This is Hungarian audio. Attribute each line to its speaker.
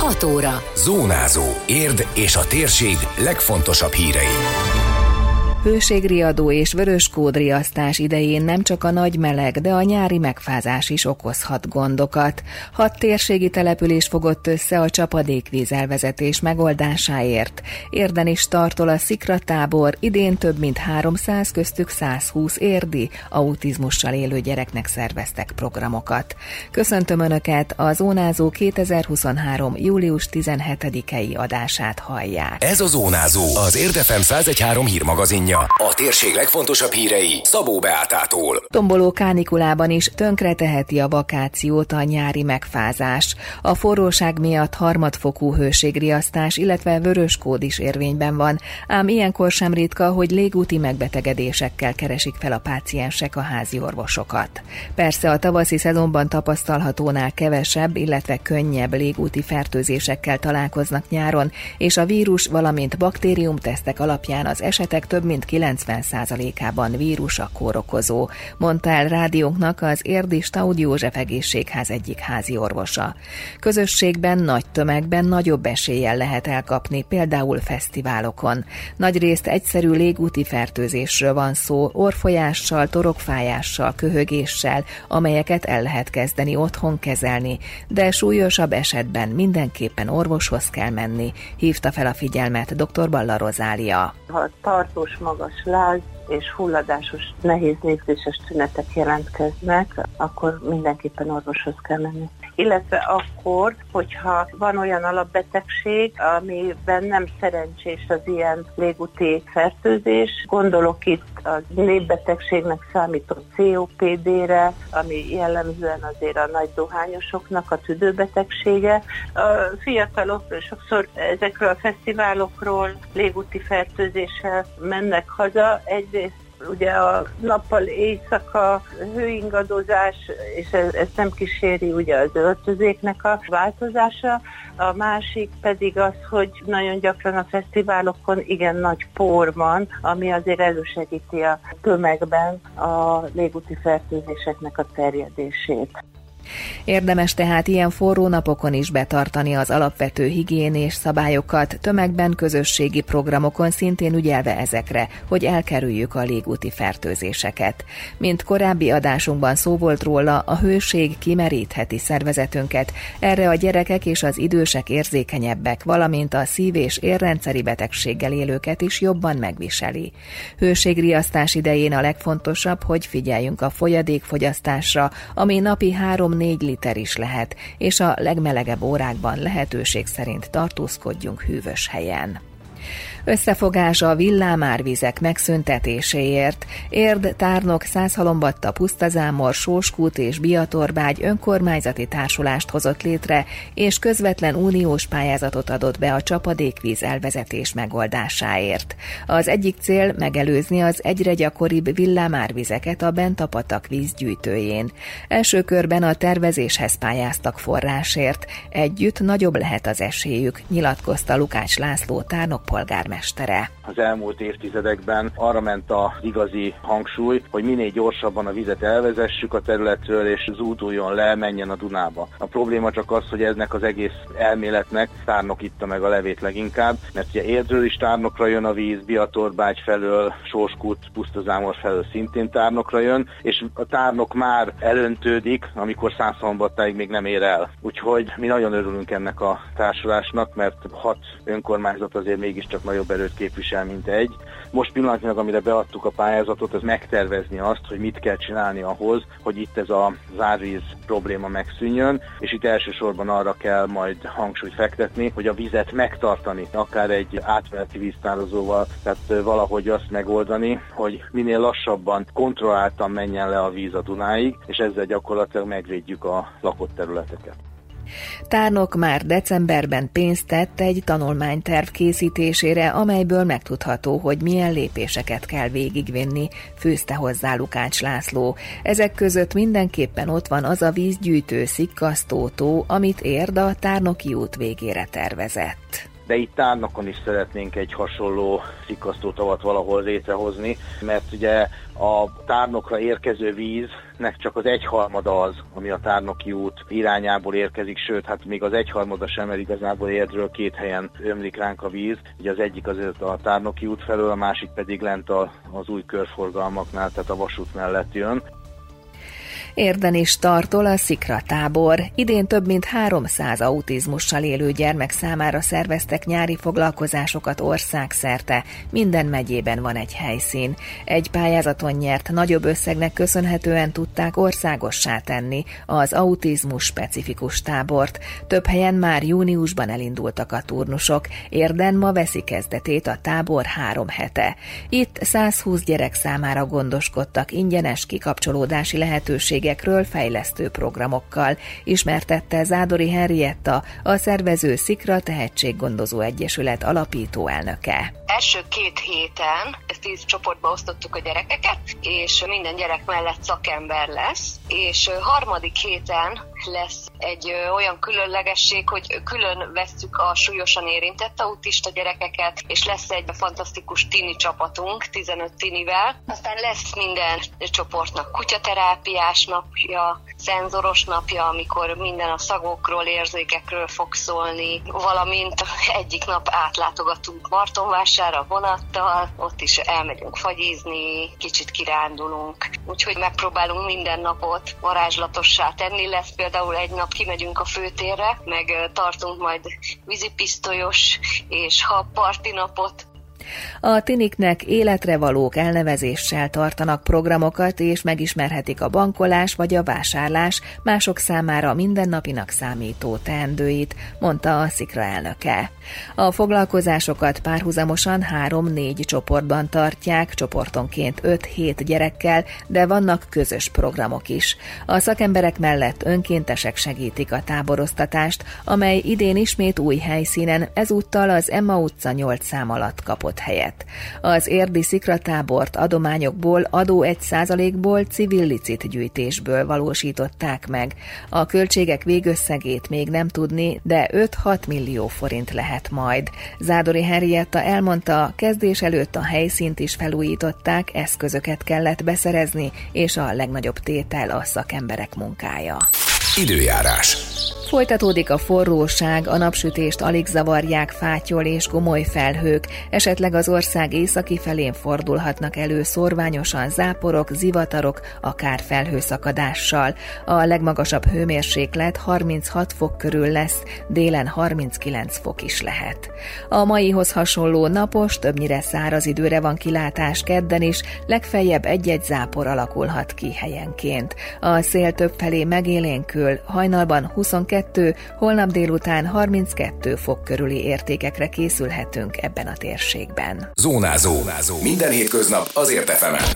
Speaker 1: 6 óra.
Speaker 2: Zónázó. Érd és a térség legfontosabb hírei.
Speaker 3: Hőségriadó és vöröskódriasztás idején nem csak a nagy meleg, de a nyári megfázás is okozhat gondokat. 6 térségi település fogott össze a csapadékvíz elvezetés megoldásáért. Érden is startol a szikratábor, idén több mint 300, köztük 120 érdi autizmussal élő gyereknek szerveztek programokat. Köszöntöm Önöket, a Zónázó 2023. július 17-i adását hallják.
Speaker 2: Ez a Zónázó, az Érd FM 101.3 hírmagazinja. A térség legfontosabb hírei Szabó Beátától.
Speaker 3: Tomboló kánikulában is tönkreteheti a vakációt a nyári megfázás. A forróság miatt harmadfokú hőségriasztás, illetve vöröskód is érvényben van, ám ilyenkor sem ritka, hogy légúti megbetegedésekkel keresik fel a páciensek a házi orvosokat. Persze a tavaszi szezonban tapasztalhatónál kevesebb, illetve könnyebb légúti fertőzésekkel találkoznak nyáron, és a vírus, valamint baktériumtesztek alapján az esetek több mint 90%-ában vírus a kórokozó, mondta el rádiónknak az érdi Staudt József egészségház egyik házi orvosa. Közösségben, nagy tömegben nagyobb eséllyel lehet elkapni, például fesztiválokon. Nagyrészt egyszerű légúti fertőzésről van szó, orrfolyással, torokfájással, köhögéssel, amelyeket el lehet kezdeni otthon kezelni, de súlyosabb esetben mindenképpen orvoshoz kell menni, hívta fel a figyelmet dr. Balla Rozália.
Speaker 4: Ha tartós magas láz és hulladásos, nehéz légzéses tünetek jelentkeznek, akkor mindenképpen orvoshoz kell menni. Illetve akkor, hogyha van olyan alapbetegség, amiben nem szerencsés az ilyen légúti fertőzés, gondolok itt a légbetegségnek számított COPD-re, ami jellemzően azért a nagy dohányosoknak a tüdőbetegsége. A fiatalok sokszor ezekről a fesztiválokról légúti fertőzéssel mennek haza. Egyrészt ugye a nappal éjszaka hőingadozás, és ez nem kíséri ugye az öltözéknek a változása. A másik pedig az, hogy nagyon gyakran a fesztiválokon igen nagy por van, ami azért elősegíti a tömegben a légúti fertőzéseknek a terjedését.
Speaker 3: Érdemes tehát ilyen forró napokon is betartani az alapvető higiénés szabályokat, tömegben, közösségi programokon szintén ügyelve ezekre, hogy elkerüljük a légúti fertőzéseket. Mint korábbi adásunkban szó volt róla, a hőség kimerítheti szervezetünket, erre a gyerekek és az idősek érzékenyebbek, valamint a szív- és érrendszeri betegséggel élőket is jobban megviseli. Hőségriasztás idején a legfontosabb, hogy figyeljünk a folyadékfogyasztásra, ami napi 3-4 liter is lehet, és a legmelegebb órákban lehetőség szerint tartózkodjunk hűvös helyen. Összefogás a villámárvizek megszüntetéséért. Érd, Tárnok, Százhalombatta, Pusztazámor, Sóskút és Biatorbágy önkormányzati társulást hozott létre, és közvetlen uniós pályázatot adott be a csapadékvíz elvezetés megoldásáért. Az egyik cél megelőzni az egyre gyakoribb villámárvizeket a Bent-a-patak vízgyűjtőjén. Első körben a tervezéshez pályáztak forrásért. Együtt nagyobb lehet az esélyük, nyilatkozta Lukács László, Tárnok polgármestere.
Speaker 5: Az elmúlt évtizedekben arra ment az igazi hangsúly, hogy minél gyorsabban a vizet elvezessük a területről, és zúduljon le, menjen a Dunába. A probléma csak az, hogy ennek az egész elméletnek Tárnok itta meg a levét leginkább, mert ugye Érdről is Tárnokra jön a víz, Biatorbágy felől, Sóskút, Pusztazámor felől szintén Tárnokra jön, és a Tárnok már elöntődik, amikor Százhalombattáig még nem ér el. Úgyhogy mi nagyon örülünk ennek a társulásnak, mert 6 önkormányzat azért mégiscsak nagyobb erőt képvisel, mint egy. Most pillanatnyilag, amire beadtuk a pályázatot, az megtervezni azt, hogy mit kell csinálni ahhoz, hogy itt ez a árvíz probléma megszűnjön, és itt elsősorban arra kell majd hangsúlyt fektetni, hogy a vizet megtartani, akár egy átmeneti víztározóval, tehát valahogy azt megoldani, hogy minél lassabban, kontrolláltan menjen le a víz a Dunáig, és ezzel gyakorlatilag megvédjük a lakott területeket.
Speaker 3: Tárnok már decemberben pénzt tett egy tanulmányterv készítésére, amelyből megtudható, hogy milyen lépéseket kell végigvinni, fűzte hozzá Lukács László. Ezek között mindenképpen ott van az a vízgyűjtő szikkasztótó, amit Érd a Tárnoki út végére tervezett.
Speaker 5: de itt Tárnokon is szeretnénk egy hasonló szikkasztótavat valahol létrehozni, mert ugye a Tárnokra érkező víznek csak az 1/3 az, ami a Tárnoki út irányából érkezik, sőt, hát még az 1/3 sem, mert igazából Érdről 2 helyen ömlik ránk a víz. Ugye az egyik azért a Tárnoki út felől, a másik pedig lent az új körforgalmaknál, tehát a vasút mellett jön.
Speaker 3: Érden is tartol a szikratábor. Idén több mint 300 autizmussal élő gyermek számára szerveztek nyári foglalkozásokat országszerte. Minden megyében van egy helyszín. Egy pályázaton nyert nagyobb összegnek köszönhetően tudták országossá tenni az autizmus specifikus tábort. Több helyen már júniusban elindultak a turnusok. Érden ma veszi kezdetét a tábor 3 hete. Itt 120 gyerek számára gondoskodtak ingyenes kikapcsolódási lehetőségekről, fejlesztő programokkal, ismertette Zádori Henrietta, a szervező Szikra Tehetséggondozó Egyesület alapító elnöke.
Speaker 1: Első 2 héten 10 csoportba osztottuk a gyerekeket, és minden gyerek mellett szakember lesz, és 3. héten lesz egy olyan különlegesség, hogy külön vesszük a súlyosan érintett autista gyerekeket, és lesz egy fantasztikus tini csapatunk, 15 tinivel. Aztán lesz minden csoportnak kutyaterápiás napja, szenzoros napja, amikor minden a szagokról, érzékekről fog szólni, valamint egyik nap átlátogatunk Martonvásárra vonattal, ott is elmegyünk fagyizni, kicsit kirándulunk, úgyhogy megpróbálunk minden napot varázslatossá tenni. Lesz például egy nap kimegyünk a főtérre, meg tartunk majd vízipisztolyos és habparti napot.
Speaker 3: A tiniknek életre valók elnevezéssel tartanak programokat, és megismerhetik a bankolás vagy a vásárlás mások számára mindennapinak számító teendőit, mondta a Szikra elnöke. A foglalkozásokat párhuzamosan 3-4 csoportban tartják, csoportonként 5-7 gyerekkel, de vannak közös programok is. A szakemberek mellett önkéntesek segítik a táboroztatást, amely idén ismét új helyszínen, ezúttal az Emma utca 8 szám alatt kapott helyet. Az érdi szikratábort adományokból, adó 1%-ból, civil licitgyűjtésből valósították meg. A költségek végösszegét még nem tudni, de 5-6 millió forint lehet majd. Zádori Henrietta elmondta, kezdés előtt a helyszínt is felújították, eszközöket kellett beszerezni, és a legnagyobb tétel a szakemberek munkája.
Speaker 2: Időjárás.
Speaker 3: Folytatódik a forróság, a napsütést alig zavarják fátyol és gomoly felhők, esetleg az ország északi felén fordulhatnak elő szorványosan záporok, zivatarok, akár felhőszakadással. A legmagasabb hőmérséklet 36 fok körül lesz, délen 39 fok is lehet. A maihoz hasonló napos, többnyire száraz időre van kilátás kedden is, legfeljebb egy-egy zápor alakulhat ki helyenként. A szél többfelé megélénkül, hajnalban 22, holnap délután 32 fok körüli értékekre készülhetünk ebben a térségben.
Speaker 2: Zónázó. Minden hétköznap az Érd FM-en.